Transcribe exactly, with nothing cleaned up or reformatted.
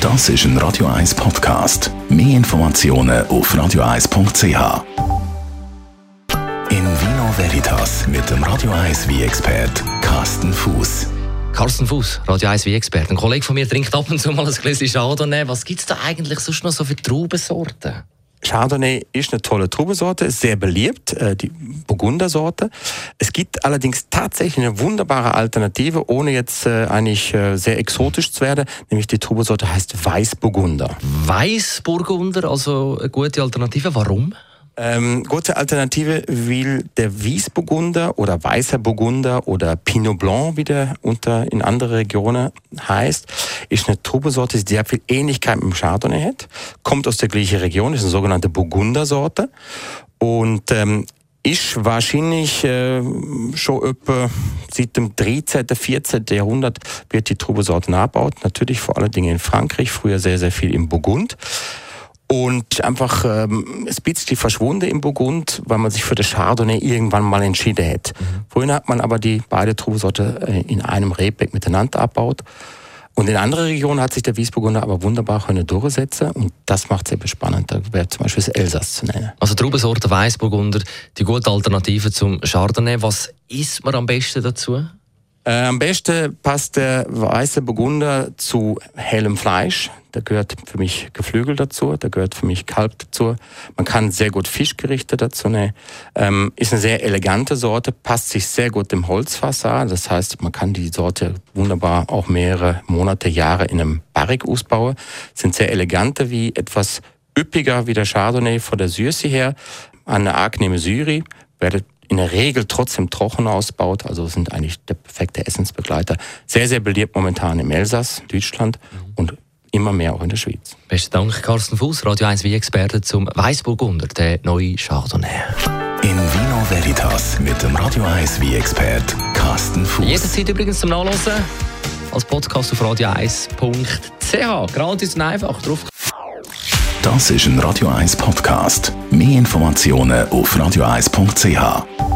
Das ist ein Radio eins Podcast. Mehr Informationen auf radio eins punkt c h. In Vino Veritas mit dem Radio eins Wein-Expert Carsten Fuß. Carsten Fuß, Radio eins Wein-Experte. Ein Kollege von mir trinkt ab und zu mal ein Gläschen Chardonnay. Was gibt es da eigentlich sonst noch so für Traubensorten? Chardonnay ist eine tolle Traubensorte, ist sehr beliebt, äh, die Burgundersorte. Es gibt allerdings tatsächlich eine wunderbare Alternative, ohne jetzt äh, eigentlich äh, sehr exotisch zu werden, nämlich die Traubensorte heißt Weißburgunder. Weißburgunder, also eine gute Alternative. Warum? Ähm, gute Alternative, weil der Weißburgunder oder Weißer Burgunder oder Pinot Blanc, wie der unter in anderen Regionen heißt, ist eine Traubensorte, die sehr viel Ähnlichkeit mit dem Chardonnay hat. Kommt aus der gleichen Region, ist eine sogenannte Burgundersorte und ähm, ist wahrscheinlich äh, schon etwa seit dem dreizehnten, vierzehnten Jahrhundert wird die Traubensorte nachgebaut. Natürlich vor allen Dingen in Frankreich, früher sehr, sehr viel im Burgund. Und einfach ähm, ein bisschen verschwunden im Burgund, weil man sich für das Chardonnay irgendwann mal entschieden hat. Mhm. Vorhin hat man aber die beide Traubensorten äh, in einem Rebbeck miteinander abgebaut. Und in anderen Regionen hat sich der Weißburgunder aber wunderbar können durchsetzen und das macht es eben spannend. Da wäre zum Beispiel das Elsass zu nennen. Also Traubensorte Weißburgunder, die gute Alternative zum Chardonnay. Was isst man am besten dazu? Äh, am besten passt der weiße Burgunder zu hellem Fleisch. Da gehört für mich Geflügel dazu, da gehört für mich Kalb dazu. Man kann sehr gut Fischgerichte dazu nehmen. Ähm, ist eine sehr elegante Sorte, passt sich sehr gut dem Holzfass an. Das heißt, man kann die Sorte wunderbar auch mehrere Monate, Jahre in einem Barrique ausbauen. Sind sehr elegante, wie etwas üppiger wie der Chardonnay von der Süße her. Eine angenehme Syri, werdet in der Regel trotzdem trocken ausbaut, also sind eigentlich der perfekte Essensbegleiter. Sehr, sehr beliebt momentan im Elsass, Deutschland mhm. und immer mehr auch in der Schweiz. Besten Dank, Carsten Fuß, Radio eins Wein-Experte zum Weißburgunder, der neue Chardonnay. In Vino Veritas mit dem Radio eins Wein-Experte Carsten Fuß. Jederzeit übrigens zum Nachlesen als Podcast auf radio eins punkt c h. Gratis und einfach drauf. Das ist ein Radio eins Podcast. Mehr Informationen auf radio eins punkt c h.